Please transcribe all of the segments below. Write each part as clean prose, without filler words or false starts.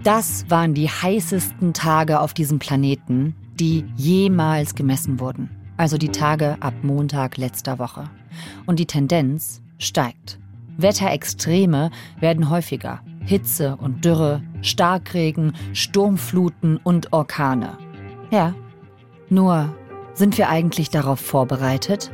Das waren die heißesten Tage auf diesem Planeten, die jemals gemessen wurden. Also die Tage ab Montag letzter Woche. Und die Tendenz steigt. Wetterextreme werden häufiger. Hitze und Dürre, Starkregen, Sturmfluten und Orkane. Ja, nur sind wir eigentlich darauf vorbereitet?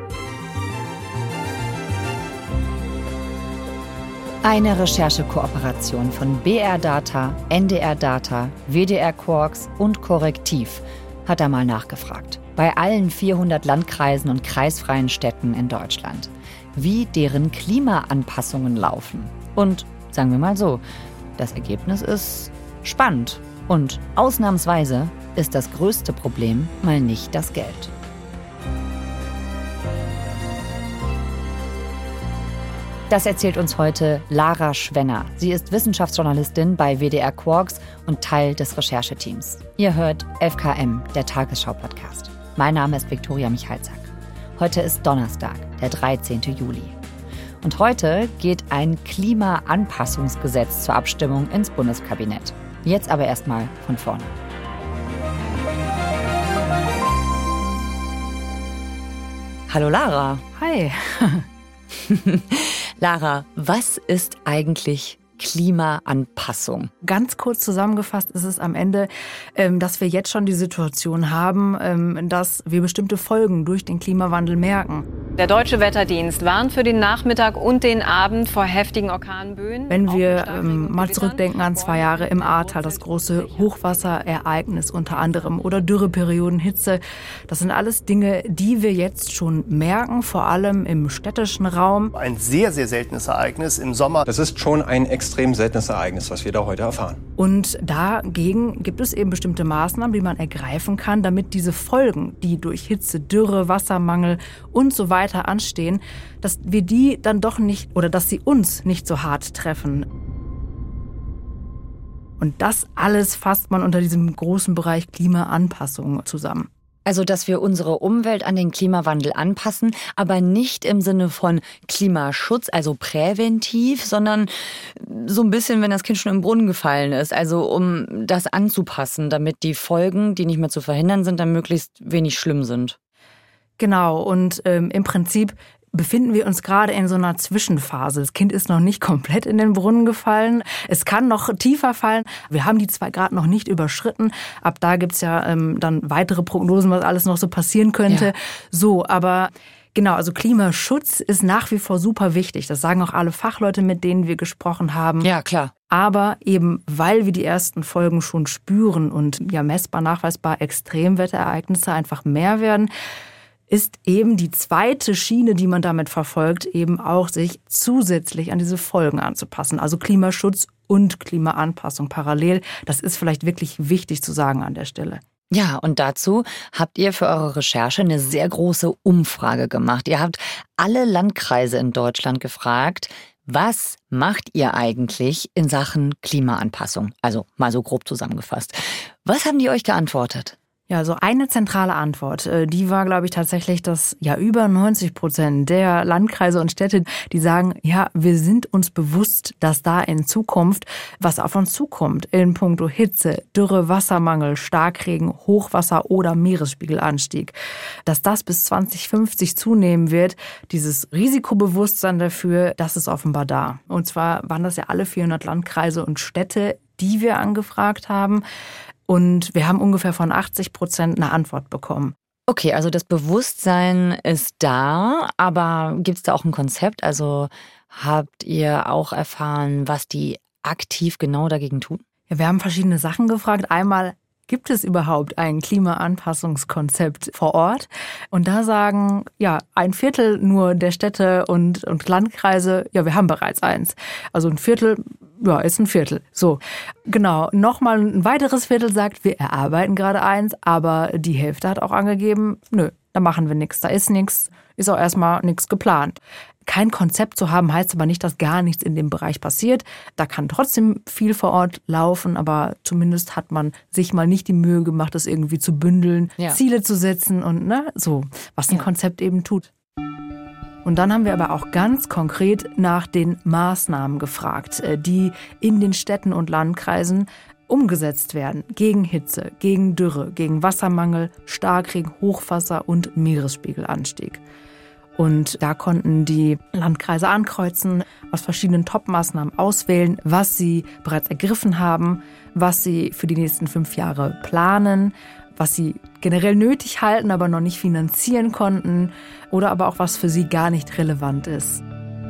Eine Recherchekooperation von BR Data, NDR Data, WDR Quarks und Korrektiv hat da mal nachgefragt. Bei allen 400 Landkreisen und kreisfreien Städten in Deutschland. Wie deren Klimaanpassungen laufen. Und sagen wir mal so, das Ergebnis ist spannend. Und ausnahmsweise ist das größte Problem mal nicht das Geld. Das erzählt uns heute Lara Schwenner. Sie ist Wissenschaftsjournalistin bei WDR Quarks und Teil des Rechercheteams. Ihr hört 11KM, der Tagesschau-Podcast. Mein Name ist Viktoria Michalzack. Heute ist Donnerstag, der 13. Juli. Und heute geht ein Klimaanpassungsgesetz zur Abstimmung ins Bundeskabinett. Jetzt aber erstmal von vorne. Hallo Lara. Hi. Lara, was ist eigentlich Klimaanpassung? Ganz kurz zusammengefasst ist es am Ende, dass wir jetzt schon die Situation haben, dass wir bestimmte Folgen durch den Klimawandel merken. Der Deutsche Wetterdienst warnt für den Nachmittag und den Abend vor heftigen Orkanböen. Wenn wir mal zurückdenken an 2 Jahre im Ahrtal, das große Hochwasserereignis unter anderem oder Dürreperioden, Hitze, das sind alles Dinge, die wir jetzt schon merken, vor allem im städtischen Raum. Ein sehr, sehr seltenes Ereignis im Sommer. Das ist schon ein extrem seltenes Ereignis, was wir da heute erfahren. Und dagegen gibt es eben bestimmte Maßnahmen, die man ergreifen kann, damit diese Folgen, die durch Hitze, Dürre, Wassermangel und so weiter anstehen, dass wir die dann doch nicht oder dass sie uns nicht so hart treffen. Und das alles fasst man unter diesem großen Bereich Klimaanpassung zusammen. Also, dass wir unsere Umwelt an den Klimawandel anpassen, aber nicht im Sinne von Klimaschutz, also präventiv, sondern so ein bisschen, wenn das Kind schon im Brunnen gefallen ist. Also, um das anzupassen, damit die Folgen, die nicht mehr zu verhindern sind, dann möglichst wenig schlimm sind. Genau, und im Prinzip befinden wir uns gerade in so einer Zwischenphase. Das Kind ist noch nicht komplett in den Brunnen gefallen. Es kann noch tiefer fallen. Wir haben die 2 Grad noch nicht überschritten. Ab da gibt's ja dann weitere Prognosen, was alles noch so passieren könnte. Ja. So, aber genau, also Klimaschutz ist nach wie vor super wichtig. Das sagen auch alle Fachleute, mit denen wir gesprochen haben. Ja, klar. Aber eben, weil wir die ersten Folgen schon spüren und ja messbar, nachweisbar Extremwetterereignisse einfach mehr werden, ist eben die zweite Schiene, die man damit verfolgt, eben auch sich zusätzlich an diese Folgen anzupassen. Also Klimaschutz und Klimaanpassung parallel. Das ist vielleicht wirklich wichtig zu sagen an der Stelle. Ja, und dazu habt ihr für eure Recherche eine sehr große Umfrage gemacht. Ihr habt alle Landkreise in Deutschland gefragt, was macht ihr eigentlich in Sachen Klimaanpassung? Also mal so grob zusammengefasst. Was haben die euch geantwortet? Ja, so eine zentrale Antwort, die war, glaube ich, tatsächlich, dass ja über 90% der Landkreise und Städte, die sagen, ja, wir sind uns bewusst, dass da in Zukunft was auf uns zukommt in puncto Hitze, Dürre, Wassermangel, Starkregen, Hochwasser oder Meeresspiegelanstieg. Dass das bis 2050 zunehmen wird, dieses Risikobewusstsein dafür, das ist offenbar da. Und zwar waren das ja alle 400 Landkreise und Städte, die wir angefragt haben. Und wir haben ungefähr von 80% eine Antwort bekommen. Okay, also das Bewusstsein ist da, aber gibt es da auch ein Konzept? Also habt ihr auch erfahren, was die aktiv genau dagegen tun? Ja, wir haben verschiedene Sachen gefragt. Einmal, gibt es überhaupt ein Klimaanpassungskonzept vor Ort? Und da sagen, ja, 1/4 nur der Städte und Landkreise, ja, wir haben bereits eins. Also 1/4, ja, ist 1/4. So, genau. Nochmal ein weiteres Viertel sagt, wir erarbeiten gerade eins, aber die Hälfte hat auch angegeben, nö, da machen wir nichts, da ist nichts, ist auch erstmal nichts geplant. Kein Konzept zu haben, heißt aber nicht, dass gar nichts in dem Bereich passiert. Da kann trotzdem viel vor Ort laufen, aber zumindest hat man sich mal nicht die Mühe gemacht, das irgendwie zu bündeln, ja. Ziele zu setzen und so, was ein Konzept eben tut. Und dann haben wir aber auch ganz konkret nach den Maßnahmen gefragt, die in den Städten und Landkreisen umgesetzt werden gegen Hitze, gegen Dürre, gegen Wassermangel, Starkregen, Hochwasser und Meeresspiegelanstieg. Und da konnten die Landkreise ankreuzen, aus verschiedenen Top-Maßnahmen auswählen, was sie bereits ergriffen haben, was sie für die nächsten 5 Jahre planen, was sie generell nötig halten, aber noch nicht finanzieren konnten oder aber auch was für sie gar nicht relevant ist.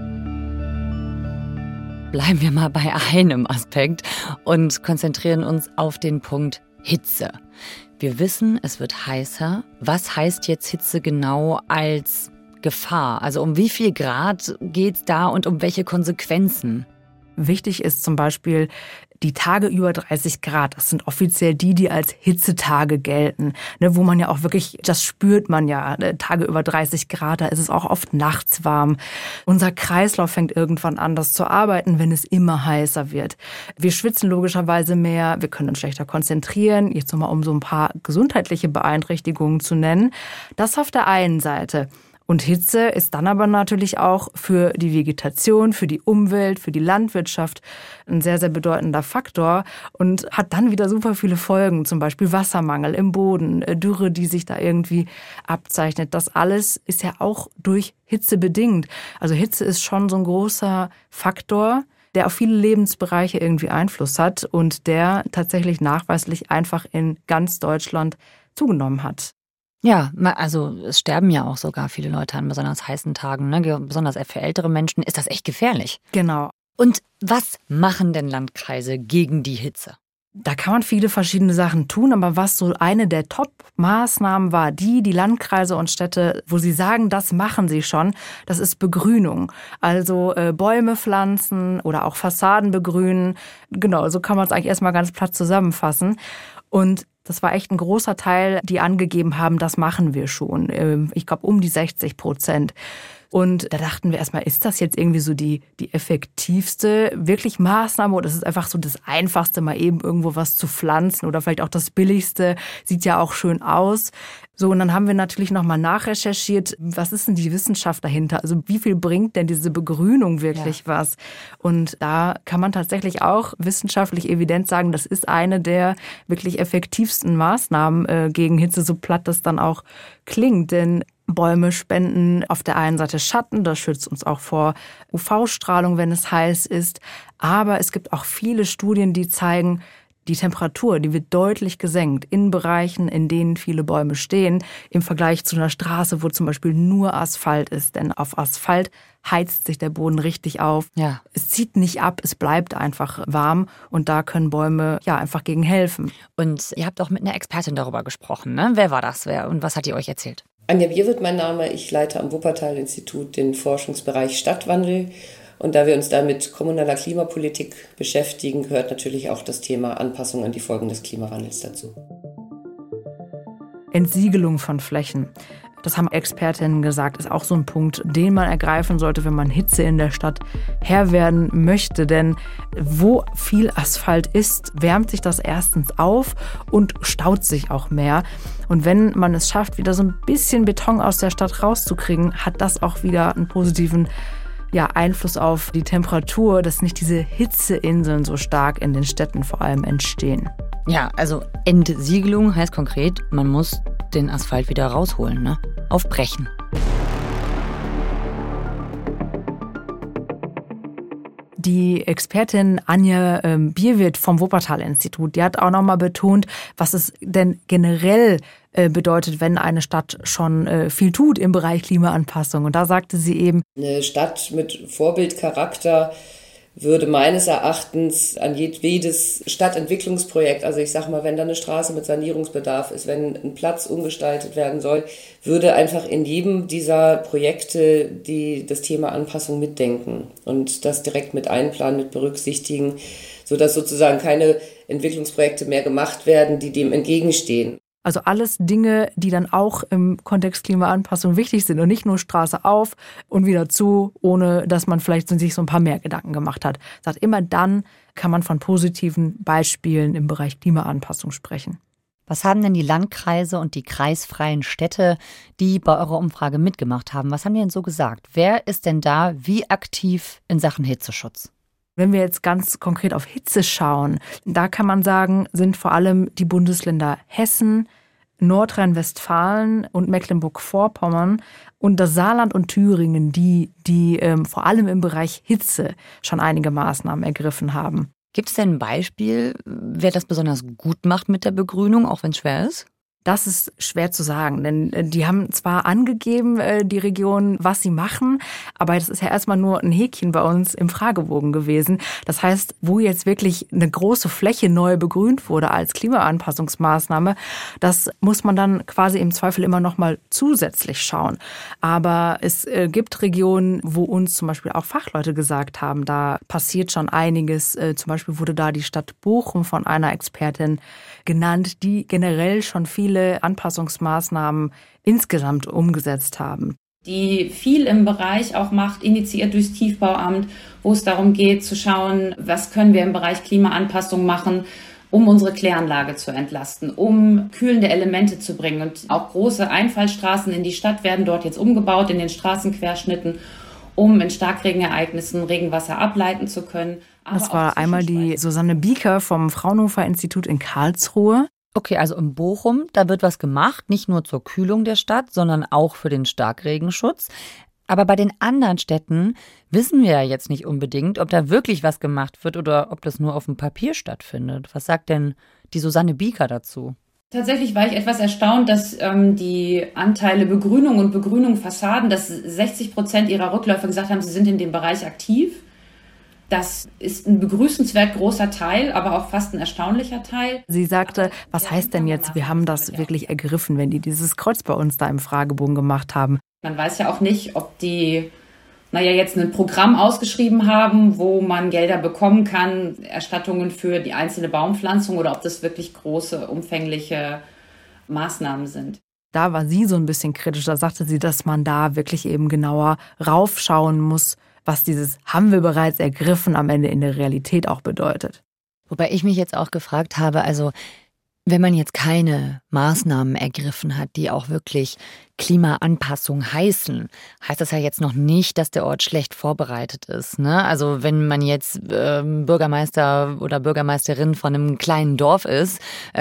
Bleiben wir mal bei einem Aspekt und konzentrieren uns auf den Punkt Hitze. Wir wissen, es wird heißer. Was heißt jetzt Hitze genau als Gefahr? Also um wie viel Grad geht's da und um welche Konsequenzen? Wichtig ist zum Beispiel die Tage über 30 Grad. Das sind offiziell die als Hitzetage gelten, ne, wo man ja auch wirklich, das spürt man ja, Tage über 30 Grad, da ist es auch oft nachts warm. Unser Kreislauf fängt irgendwann an, das zu arbeiten, wenn es immer heißer wird. Wir schwitzen logischerweise mehr, wir können uns schlechter konzentrieren. Jetzt nochmal, um so ein paar gesundheitliche Beeinträchtigungen zu nennen. Das auf der einen Seite. Und Hitze ist dann aber natürlich auch für die Vegetation, für die Umwelt, für die Landwirtschaft ein sehr, sehr bedeutender Faktor und hat dann wieder super viele Folgen, zum Beispiel Wassermangel im Boden, Dürre, die sich da irgendwie abzeichnet. Das alles ist ja auch durch Hitze bedingt. Also Hitze ist schon so ein großer Faktor, der auf viele Lebensbereiche irgendwie Einfluss hat und der tatsächlich nachweislich einfach in ganz Deutschland zugenommen hat. Ja, also es sterben ja auch sogar viele Leute an besonders heißen Tagen, ne? Besonders für ältere Menschen ist das echt gefährlich. Genau. Und was machen denn Landkreise gegen die Hitze? Da kann man viele verschiedene Sachen tun, aber was so eine der Top-Maßnahmen war, die Landkreise und Städte, wo sie sagen, das machen sie schon, das ist Begrünung. Also Bäume pflanzen oder auch Fassaden begrünen. Genau, so kann man es eigentlich erstmal ganz platt zusammenfassen. Und das war echt ein großer Teil, die angegeben haben, das machen wir schon. Ich glaube, um die 60%. Und da dachten wir erstmal, ist das jetzt irgendwie so die effektivste wirklich Maßnahme oder ist es einfach so das Einfachste, mal eben irgendwo was zu pflanzen oder vielleicht auch das Billigste, sieht ja auch schön aus. So, und dann haben wir natürlich nochmal nachrecherchiert, was ist denn die Wissenschaft dahinter? Also wie viel bringt denn diese Begrünung wirklich was? Und da kann man tatsächlich auch wissenschaftlich evident sagen, das ist eine der wirklich effektivsten Maßnahmen gegen Hitze, so platt das dann auch klingt. Denn Bäume spenden auf der einen Seite Schatten, das schützt uns auch vor UV-Strahlung, wenn es heiß ist. Aber es gibt auch viele Studien, die zeigen, die Temperatur, die wird deutlich gesenkt in Bereichen, in denen viele Bäume stehen, im Vergleich zu einer Straße, wo zum Beispiel nur Asphalt ist. Denn auf Asphalt heizt sich der Boden richtig auf. Ja. Es zieht nicht ab, es bleibt einfach warm und da können Bäume ja einfach gegen helfen. Und ihr habt auch mit einer Expertin darüber gesprochen, ne? Wer war das? Und was hat die euch erzählt? Anja Bierwirth, mein Name. Ich leite am Wuppertal-Institut den Forschungsbereich Stadtwandel. Und da wir uns da mit kommunaler Klimapolitik beschäftigen, gehört natürlich auch das Thema Anpassung an die Folgen des Klimawandels dazu. Entsiegelung von Flächen. Das haben Expertinnen gesagt, ist auch so ein Punkt, den man ergreifen sollte, wenn man Hitze in der Stadt Herr werden möchte. Denn wo viel Asphalt ist, wärmt sich das erstens auf und staut sich auch mehr. Und wenn man es schafft, wieder so ein bisschen Beton aus der Stadt rauszukriegen, hat das auch wieder einen positiven Einfluss auf die Temperatur, dass nicht diese Hitzeinseln so stark in den Städten vor allem entstehen. Ja, also Entsiegelung heißt konkret, man muss den Asphalt wieder rausholen, ne? Aufbrechen. Die Expertin Anja Bierwirth vom Wuppertal-Institut, die hat auch nochmal betont, was es denn generell bedeutet, wenn eine Stadt schon viel tut im Bereich Klimaanpassung. Und da sagte sie eben, eine Stadt mit Vorbildcharakter würde meines Erachtens an jedes Stadtentwicklungsprojekt, also ich sag mal, wenn da eine Straße mit Sanierungsbedarf ist, wenn ein Platz umgestaltet werden soll, würde einfach in jedem dieser Projekte das Thema Anpassung mitdenken und das direkt mit einplanen, mit berücksichtigen, sodass sozusagen keine Entwicklungsprojekte mehr gemacht werden, die dem entgegenstehen. Also alles Dinge, die dann auch im Kontext Klimaanpassung wichtig sind und nicht nur Straße auf und wieder zu, ohne dass man vielleicht sich so ein paar mehr Gedanken gemacht hat. Sagt, immer dann kann man von positiven Beispielen im Bereich Klimaanpassung sprechen. Was haben denn die Landkreise und die kreisfreien Städte, die bei eurer Umfrage mitgemacht haben, was haben die denn so gesagt? Wer ist denn da wie aktiv in Sachen Hitzeschutz? Wenn wir jetzt ganz konkret auf Hitze schauen, da kann man sagen, sind vor allem die Bundesländer Hessen, Nordrhein-Westfalen und Mecklenburg-Vorpommern und das Saarland und Thüringen, die vor allem im Bereich Hitze schon einige Maßnahmen ergriffen haben. Gibt es denn ein Beispiel, wer das besonders gut macht mit der Begrünung, auch wenn es schwer ist? Das ist schwer zu sagen, denn die haben zwar angegeben, die Region, was sie machen, aber das ist ja erstmal nur ein Häkchen bei uns im Fragebogen gewesen. Das heißt, wo jetzt wirklich eine große Fläche neu begrünt wurde als Klimaanpassungsmaßnahme, das muss man dann quasi im Zweifel immer noch mal zusätzlich schauen. Aber es gibt Regionen, wo uns zum Beispiel auch Fachleute gesagt haben, da passiert schon einiges. Zum Beispiel wurde da die Stadt Bochum von einer Expertin genannt, die generell schon viele Anpassungsmaßnahmen insgesamt umgesetzt haben. Die viel im Bereich auch macht, initiiert durchs Tiefbauamt, wo es darum geht zu schauen, was können wir im Bereich Klimaanpassung machen, um unsere Kläranlage zu entlasten, um kühlende Elemente zu bringen. Und auch große Einfallstraßen in die Stadt werden dort jetzt umgebaut, in den Straßenquerschnitten, um in Starkregenereignissen Regenwasser ableiten zu können. Das war einmal die Susanne Bieker vom Fraunhofer Institut in Karlsruhe. Okay, also in Bochum, da wird was gemacht, nicht nur zur Kühlung der Stadt, sondern auch für den Starkregenschutz. Aber bei den anderen Städten wissen wir ja jetzt nicht unbedingt, ob da wirklich was gemacht wird oder ob das nur auf dem Papier stattfindet. Was sagt denn die Susanne Bieker dazu? Tatsächlich war ich etwas erstaunt, dass die Anteile Begrünung und Begrünung Fassaden, dass 60% ihrer Rückläufer gesagt haben, sie sind in dem Bereich aktiv. Das ist ein begrüßenswert großer Teil, aber auch fast ein erstaunlicher Teil. Sie sagte, was heißt denn jetzt, wir haben das wirklich ergriffen, wenn die dieses Kreuz bei uns da im Fragebogen gemacht haben? Man weiß ja auch nicht, ob die jetzt ein Programm ausgeschrieben haben, wo man Gelder bekommen kann, Erstattungen für die einzelne Baumpflanzung, oder ob das wirklich große, umfängliche Maßnahmen sind. Da war sie so ein bisschen kritisch. Da sagte sie, dass man da wirklich eben genauer raufschauen muss, was dieses haben wir bereits ergriffen am Ende in der Realität auch bedeutet. Wobei ich mich jetzt auch gefragt habe, also wenn man jetzt keine Maßnahmen ergriffen hat, die auch wirklich Klimaanpassung heißen, heißt das ja jetzt noch nicht, dass der Ort schlecht vorbereitet ist, ne? Also wenn man jetzt Bürgermeister oder Bürgermeisterin von einem kleinen Dorf ist,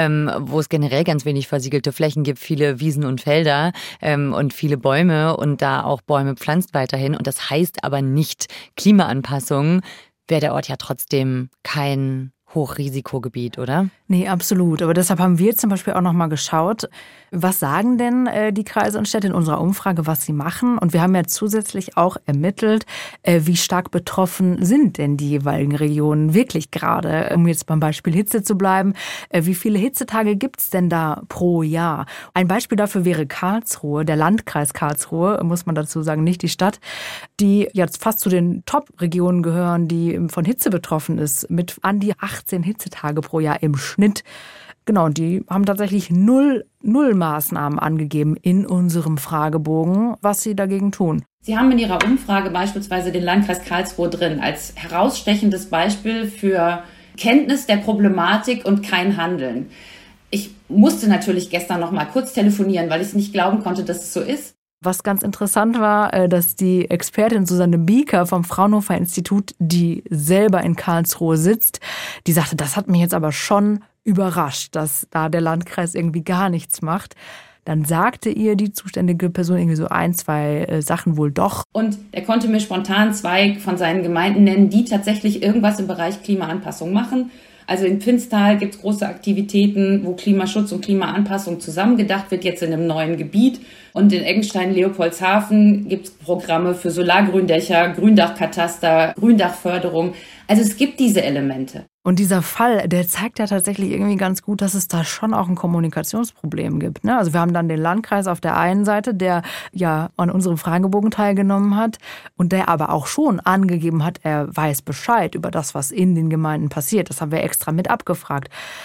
wo es generell ganz wenig versiegelte Flächen gibt, viele Wiesen und Felder und viele Bäume und da auch Bäume pflanzt weiterhin, und das heißt aber nicht Klimaanpassung, wäre der Ort ja trotzdem kein Hochrisikogebiet, oder? Nee, absolut. Aber deshalb haben wir zum Beispiel auch noch mal geschaut, was sagen denn die Kreise und Städte in unserer Umfrage, was sie machen. Und wir haben ja zusätzlich auch ermittelt, wie stark betroffen sind denn die jeweiligen Regionen wirklich gerade. Um jetzt beim Beispiel Hitze zu bleiben, wie viele Hitzetage gibt's denn da pro Jahr? Ein Beispiel dafür wäre Karlsruhe, der Landkreis Karlsruhe, muss man dazu sagen, nicht die Stadt, die jetzt fast zu den Top-Regionen gehören, die von Hitze betroffen ist, mit an die 18 Hitzetage pro Jahr im Schnitt. Genau, und die haben tatsächlich null Maßnahmen angegeben in unserem Fragebogen, was sie dagegen tun. Sie haben in Ihrer Umfrage beispielsweise den Landkreis Karlsruhe drin als herausstechendes Beispiel für Kenntnis der Problematik und kein Handeln. Ich musste natürlich gestern noch mal kurz telefonieren, weil ich es nicht glauben konnte, dass es so ist. Was ganz interessant war, dass die Expertin Susanne Bieker vom Fraunhofer Institut, die selber in Karlsruhe sitzt, die sagte, das hat mich jetzt aber schon überrascht, dass da der Landkreis irgendwie gar nichts macht. Dann sagte ihr die zuständige Person irgendwie so 1-2 Sachen wohl doch. Und er konnte mir spontan 2 von seinen Gemeinden nennen, die tatsächlich irgendwas im Bereich Klimaanpassung machen. Also in Pinstal gibt es große Aktivitäten, wo Klimaschutz und Klimaanpassung zusammengedacht wird, jetzt in einem neuen Gebiet. Und in Eggenstein-Leopoldshafen gibt es Programme für Solargründächer, Gründachkataster, Gründachförderung. Also es gibt diese Elemente. Und dieser Fall, der zeigt ja tatsächlich irgendwie ganz gut, dass es da schon auch ein Kommunikationsproblem gibt, ne? Also wir haben dann den Landkreis auf der einen Seite, der ja an unserem Fragebogen teilgenommen hat und der aber auch schon angegeben hat, er weiß Bescheid über das, was in den Gemeinden passiert. Das haben wir extra mit abgefragt.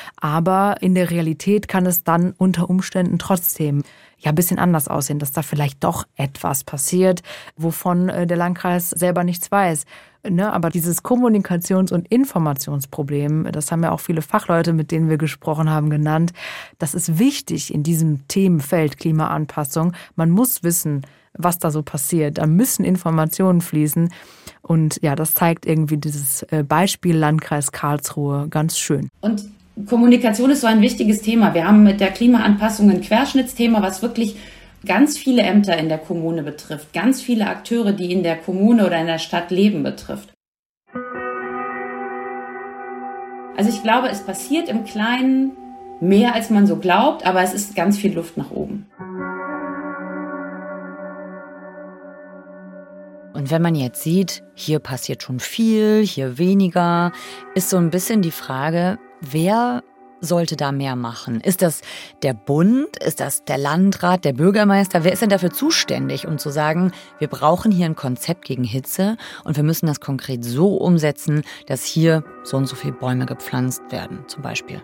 Aber in der Realität kann es dann unter Umständen trotzdem ein bisschen anders aussehen, dass da vielleicht doch etwas passiert, wovon der Landkreis selber nichts weiß. Ne? Aber dieses Kommunikations- und Informationsproblem, das haben ja auch viele Fachleute, mit denen wir gesprochen haben, genannt. Das ist wichtig in diesem Themenfeld Klimaanpassung. Man muss wissen, was da so passiert. Da müssen Informationen fließen. Und ja, das zeigt irgendwie dieses Beispiel Landkreis Karlsruhe ganz schön. Und Kommunikation ist so ein wichtiges Thema. Wir haben mit der Klimaanpassung ein Querschnittsthema, was wirklich ganz viele Ämter in der Kommune betrifft, ganz viele Akteure, die in der Kommune oder in der Stadt leben, betrifft. Also ich glaube, es passiert im Kleinen mehr, als man so glaubt, aber es ist ganz viel Luft nach oben. Und wenn man jetzt sieht, hier passiert schon viel, hier weniger, ist so ein bisschen die Frage, wer sollte da mehr machen? Ist das der Bund? Ist das der Landrat, der Bürgermeister? Wer ist denn dafür zuständig, um zu sagen, wir brauchen hier ein Konzept gegen Hitze und wir müssen das konkret so umsetzen, dass hier so und so viele Bäume gepflanzt werden, zum Beispiel?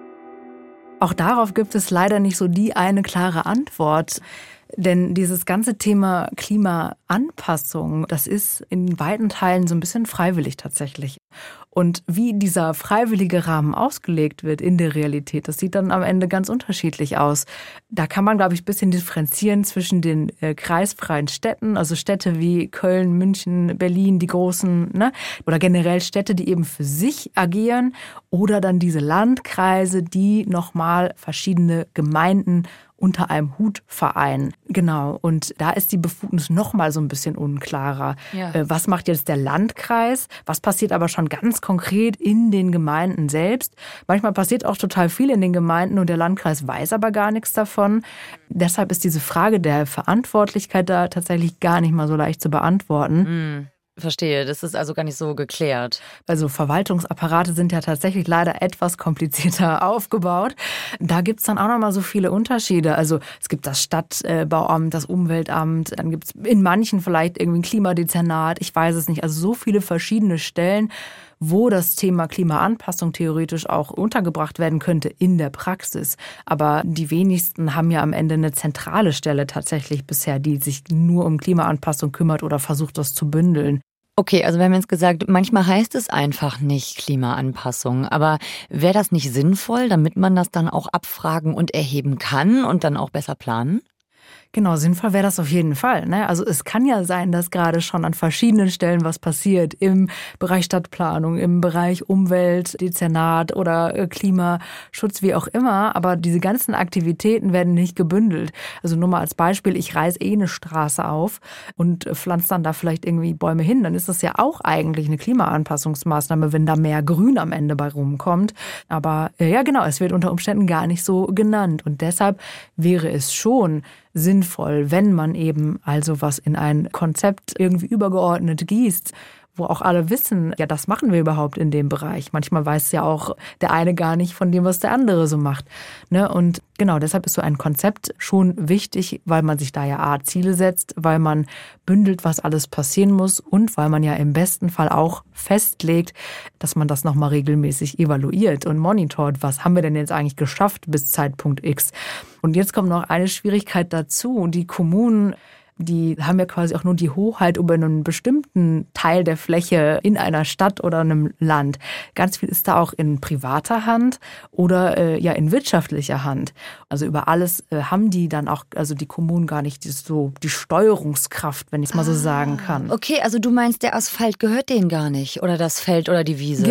Auch darauf gibt es leider nicht so die eine klare Antwort. Denn dieses ganze Thema Klimaanpassung, das ist in weiten Teilen so ein bisschen freiwillig tatsächlich. Und wie dieser freiwillige Rahmen ausgelegt wird in der Realität, das sieht dann am Ende ganz unterschiedlich aus. Da kann man, glaube ich, ein bisschen differenzieren zwischen den kreisfreien Städten, also Städte wie Köln, München, Berlin, die großen, ne? Oder generell Städte, die eben für sich agieren, oder dann diese Landkreise, die nochmal verschiedene Gemeinden unter einem Hut vereinen. Genau. Und da ist die Befugnis noch mal so ein bisschen unklarer. Ja. Was macht jetzt der Landkreis? Was passiert aber schon ganz konkret in den Gemeinden selbst? Manchmal passiert auch total viel in den Gemeinden und der Landkreis weiß aber gar nichts davon. Deshalb ist diese Frage der Verantwortlichkeit da tatsächlich gar nicht mal so leicht zu beantworten. Verstehe, das ist also gar nicht so geklärt. Also Verwaltungsapparate sind ja tatsächlich leider etwas komplizierter aufgebaut. Da gibt's dann auch nochmal so viele Unterschiede. Also es gibt das Stadtbauamt, das Umweltamt, dann gibt's in manchen vielleicht irgendwie ein Klimadezernat, ich weiß es nicht. Also so viele verschiedene Stellen, wo das Thema Klimaanpassung theoretisch auch untergebracht werden könnte in der Praxis. Aber die wenigsten haben ja am Ende eine zentrale Stelle tatsächlich bisher, die sich nur um Klimaanpassung kümmert oder versucht, das zu bündeln. Okay, also wir haben jetzt gesagt, manchmal heißt es einfach nicht Klimaanpassung. Aber wäre das nicht sinnvoll, damit man das dann auch abfragen und erheben kann und dann auch besser planen? Genau, sinnvoll wäre das auf jeden Fall, ne? Also es kann ja sein, dass gerade schon an verschiedenen Stellen was passiert, im Bereich Stadtplanung, im Bereich Umwelt, Dezernat oder Klimaschutz, wie auch immer. Aber diese ganzen Aktivitäten werden nicht gebündelt. Also nur mal als Beispiel, ich reiße eine Straße auf und pflanze dann da vielleicht irgendwie Bäume hin. Dann ist das ja auch eigentlich eine Klimaanpassungsmaßnahme, wenn da mehr Grün am Ende bei rumkommt. Aber ja genau, es wird unter Umständen gar nicht so genannt. Und deshalb wäre es schon sinnvoll, wenn man eben also was in ein Konzept irgendwie übergeordnet gießt, wo auch alle wissen, ja, das machen wir überhaupt in dem Bereich. Manchmal weiß ja auch der eine gar nicht von dem, was der andere so macht. Ne? Und genau, deshalb ist so ein Konzept schon wichtig, weil man sich da ja Ziele setzt, weil man bündelt, was alles passieren muss und weil man ja im besten Fall auch festlegt, dass man das nochmal regelmäßig evaluiert und monitort. Was haben wir denn jetzt eigentlich geschafft bis Zeitpunkt X? Und jetzt kommt noch eine Schwierigkeit dazu. Die Kommunen, die haben ja quasi auch nur die Hoheit über einen bestimmten Teil der Fläche in einer Stadt oder einem Land. Ganz viel ist da auch in privater Hand oder ja in wirtschaftlicher Hand. Also über alles haben die dann auch, also die Kommunen gar nicht so die Steuerungskraft, wenn ich es mal so sagen kann. Okay, also du meinst, der Asphalt gehört denen gar nicht oder das Feld oder die Wiese?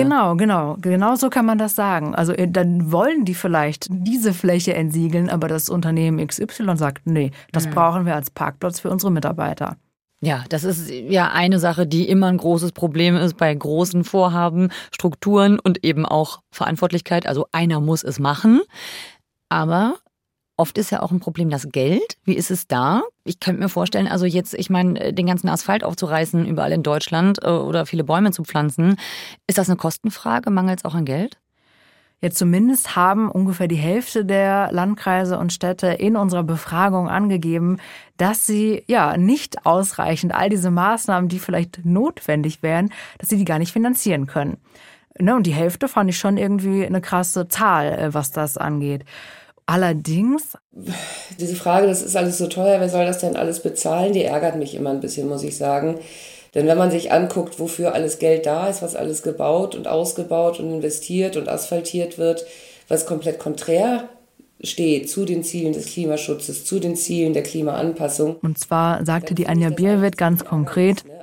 Genau so kann man das sagen. Also dann wollen die vielleicht diese Fläche entsiegeln, aber das Unternehmen XY sagt, nee, das brauchen wir als Parkplatz für unsere Mitarbeiter. Ja, das ist ja eine Sache, die immer ein großes Problem ist bei großen Vorhaben, Strukturen und eben auch Verantwortlichkeit. Also einer muss es machen. Aber oft ist ja auch ein Problem das Geld. Wie ist es da? Ich könnte mir vorstellen, also jetzt, ich meine, den ganzen Asphalt aufzureißen überall in Deutschland oder viele Bäume zu pflanzen, ist das eine Kostenfrage? Mangelt es auch an Geld? Jetzt zumindest haben ungefähr die Hälfte der Landkreise und Städte in unserer Befragung angegeben, dass sie ja nicht ausreichend all diese Maßnahmen, die vielleicht notwendig wären, dass sie die gar nicht finanzieren können. Ne, und die Hälfte fand ich schon irgendwie eine krasse Zahl, was das angeht. Allerdings, diese Frage, das ist alles so teuer, wer soll das denn alles bezahlen, die ärgert mich immer ein bisschen, muss ich sagen. Denn wenn man sich anguckt, wofür alles Geld da ist, was alles gebaut und ausgebaut und investiert und asphaltiert wird, was komplett konträr steht zu den Zielen des Klimaschutzes, zu den Zielen der Klimaanpassung. Und zwar sagte die Anja Bierwitt ganz konkret,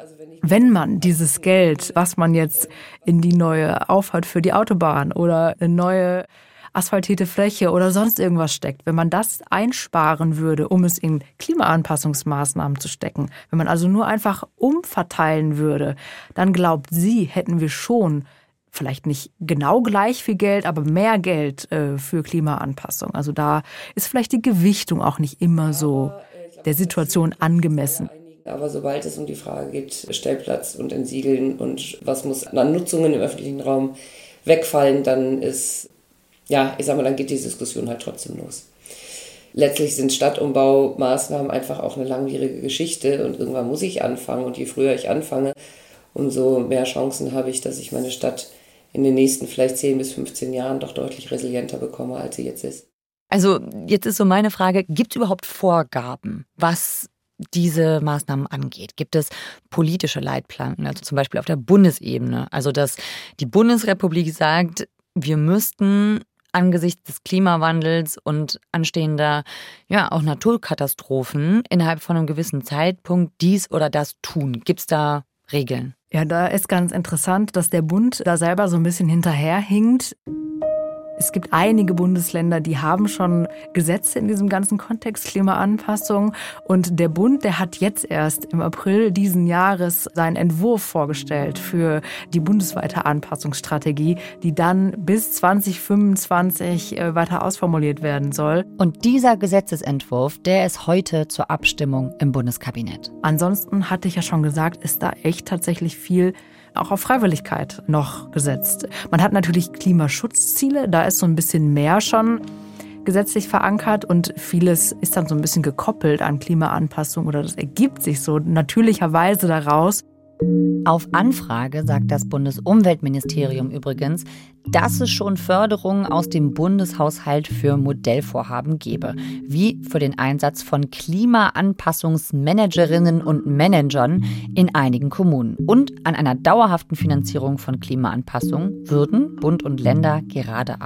wenn man dieses Geld, was man jetzt in die neue Auffahrt für die Autobahn oder eine neue asphaltierte Fläche oder sonst irgendwas steckt, wenn man das einsparen würde, um es in Klimaanpassungsmaßnahmen zu stecken, wenn man also nur einfach umverteilen würde, dann glaubt sie, hätten wir schon vielleicht nicht genau gleich viel Geld, aber mehr Geld für Klimaanpassung. Also da ist vielleicht die Gewichtung auch nicht immer so der Situation angemessen. Aber sobald es um die Frage geht, Stellplatz und Entsiegeln und was muss an Nutzungen im öffentlichen Raum wegfallen, dann ist, dann geht die Diskussion halt trotzdem los. Letztlich sind Stadtumbaumaßnahmen einfach auch eine langwierige Geschichte und irgendwann muss ich anfangen und je früher ich anfange, umso mehr Chancen habe ich, dass ich meine Stadt in den nächsten vielleicht 10 bis 15 Jahren doch deutlich resilienter bekomme, als sie jetzt ist. Also jetzt ist so meine Frage, gibt es überhaupt Vorgaben, was diese Maßnahmen angeht? Gibt es politische Leitplanken, also zum Beispiel auf der Bundesebene? Also dass die Bundesrepublik sagt, wir müssten angesichts des Klimawandels und anstehender auch Naturkatastrophen innerhalb von einem gewissen Zeitpunkt dies oder das tun. Gibt es da Regeln? Ja, da ist ganz interessant, dass der Bund da selber so ein bisschen hinterherhinkt. Es gibt einige Bundesländer, die haben schon Gesetze in diesem ganzen Kontext Klimaanpassung. Und der Bund, der hat jetzt erst im April diesen Jahres seinen Entwurf vorgestellt für die bundesweite Anpassungsstrategie, die dann bis 2025 weiter ausformuliert werden soll. Und dieser Gesetzesentwurf, der ist heute zur Abstimmung im Bundeskabinett. Ansonsten hatte ich ja schon gesagt, ist da echt tatsächlich viel auch auf Freiwilligkeit noch gesetzt. Man hat natürlich Klimaschutzziele, da ist so ein bisschen mehr schon gesetzlich verankert und vieles ist dann so ein bisschen gekoppelt an Klimaanpassung oder das ergibt sich so natürlicherweise daraus. Auf Anfrage sagt das Bundesumweltministerium übrigens, dass es schon Förderungen aus dem Bundeshaushalt für Modellvorhaben gebe, wie für den Einsatz von Klimaanpassungsmanagerinnen und Managern in einigen Kommunen. Und an einer dauerhaften Finanzierung von Klimaanpassung würden Bund und Länder gerade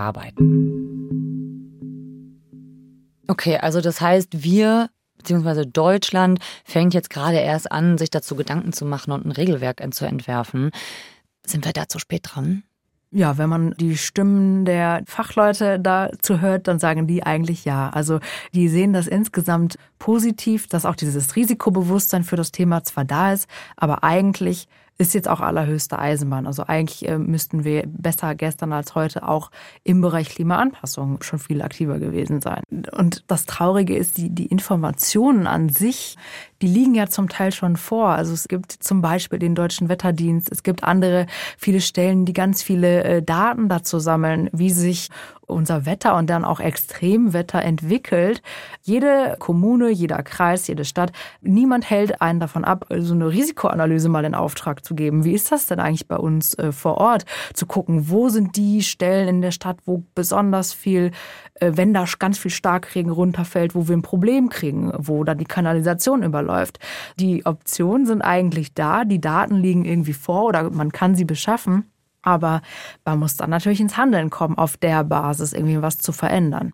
arbeiten. Okay, also das heißt, wir beziehungsweise Deutschland fängt jetzt gerade erst an, sich dazu Gedanken zu machen und ein Regelwerk zu entwerfen. Sind wir da zu spät dran? Ja, wenn man die Stimmen der Fachleute dazu hört, dann sagen die eigentlich ja. Also die sehen das insgesamt positiv, dass auch dieses Risikobewusstsein für das Thema zwar da ist, aber eigentlich ist jetzt auch allerhöchste Eisenbahn. Also eigentlich müssten wir besser gestern als heute auch im Bereich Klimaanpassung schon viel aktiver gewesen sein. Und das Traurige ist, die Informationen an sich, die liegen ja zum Teil schon vor. Also es gibt zum Beispiel den Deutschen Wetterdienst, es gibt viele Stellen, die ganz viele Daten dazu sammeln, wie sich unser Wetter und dann auch Extremwetter entwickelt. Jede Kommune, jeder Kreis, jede Stadt, niemand hält einen davon ab, so eine Risikoanalyse mal in Auftrag zu geben. Wie ist das denn eigentlich bei uns vor Ort? Zu gucken, wo sind die Stellen in der Stadt, wo besonders viel, wenn da ganz viel Starkregen runterfällt, wo wir ein Problem kriegen, wo dann die Kanalisation überläuft. Die Optionen sind eigentlich da, die Daten liegen irgendwie vor oder man kann sie beschaffen. Aber man muss dann natürlich ins Handeln kommen, auf der Basis irgendwie was zu verändern.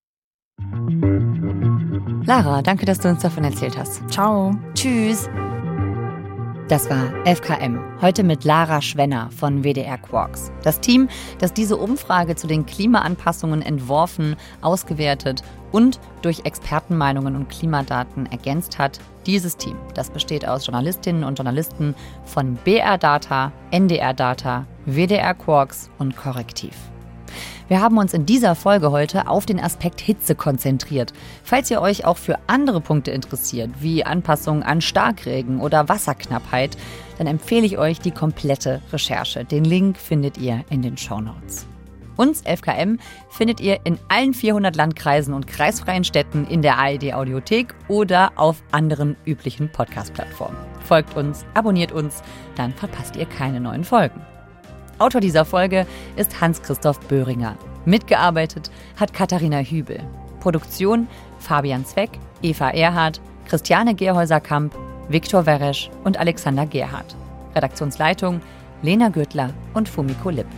Lara, danke, dass du uns davon erzählt hast. Ciao. Tschüss. Das war FKM, heute mit Lara Schwenner von WDR Quarks. Das Team, das diese Umfrage zu den Klimaanpassungen entworfen, ausgewertet und durch Expertenmeinungen und Klimadaten ergänzt hat. Dieses Team, das besteht aus Journalistinnen und Journalisten von BR Data, NDR Data, WDR Quarks und Korrektiv. Wir haben uns in dieser Folge heute auf den Aspekt Hitze konzentriert. Falls ihr euch auch für andere Punkte interessiert, wie Anpassungen an Starkregen oder Wasserknappheit, dann empfehle ich euch die komplette Recherche. Den Link findet ihr in den Shownotes. Uns, FKM, findet ihr in allen 400 Landkreisen und kreisfreien Städten in der ARD-Audiothek oder auf anderen üblichen Podcast-Plattformen. Folgt uns, abonniert uns, dann verpasst ihr keine neuen Folgen. Autor dieser Folge ist Hans-Christoph Böhringer. Mitgearbeitet hat Katharina Hübel. Produktion Fabian Zweck, Eva Erhardt, Christiane Gerhäuser-Kamp, Viktor Weresch und Alexander Gerhardt. Redaktionsleitung Lena Gürtler und Fumiko Lipp.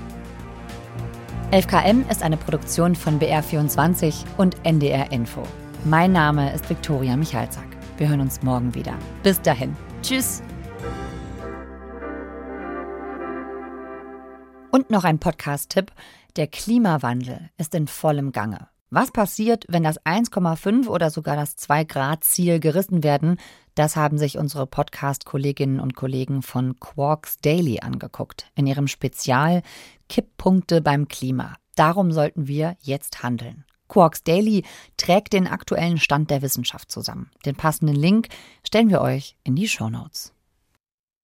FKM ist eine Produktion von BR24 und NDR Info. Mein Name ist Viktoria Michalzack. Wir hören uns morgen wieder. Bis dahin. Tschüss. Und noch ein Podcast-Tipp. Der Klimawandel ist in vollem Gange. Was passiert, wenn das 1,5 oder sogar das 2-Grad-Ziel gerissen werden? Das haben sich unsere Podcast-Kolleginnen und Kollegen von Quarks Daily angeguckt. In ihrem Spezial Kipppunkte beim Klima. Darum sollten wir jetzt handeln. Quarks Daily trägt den aktuellen Stand der Wissenschaft zusammen. Den passenden Link stellen wir euch in die Shownotes.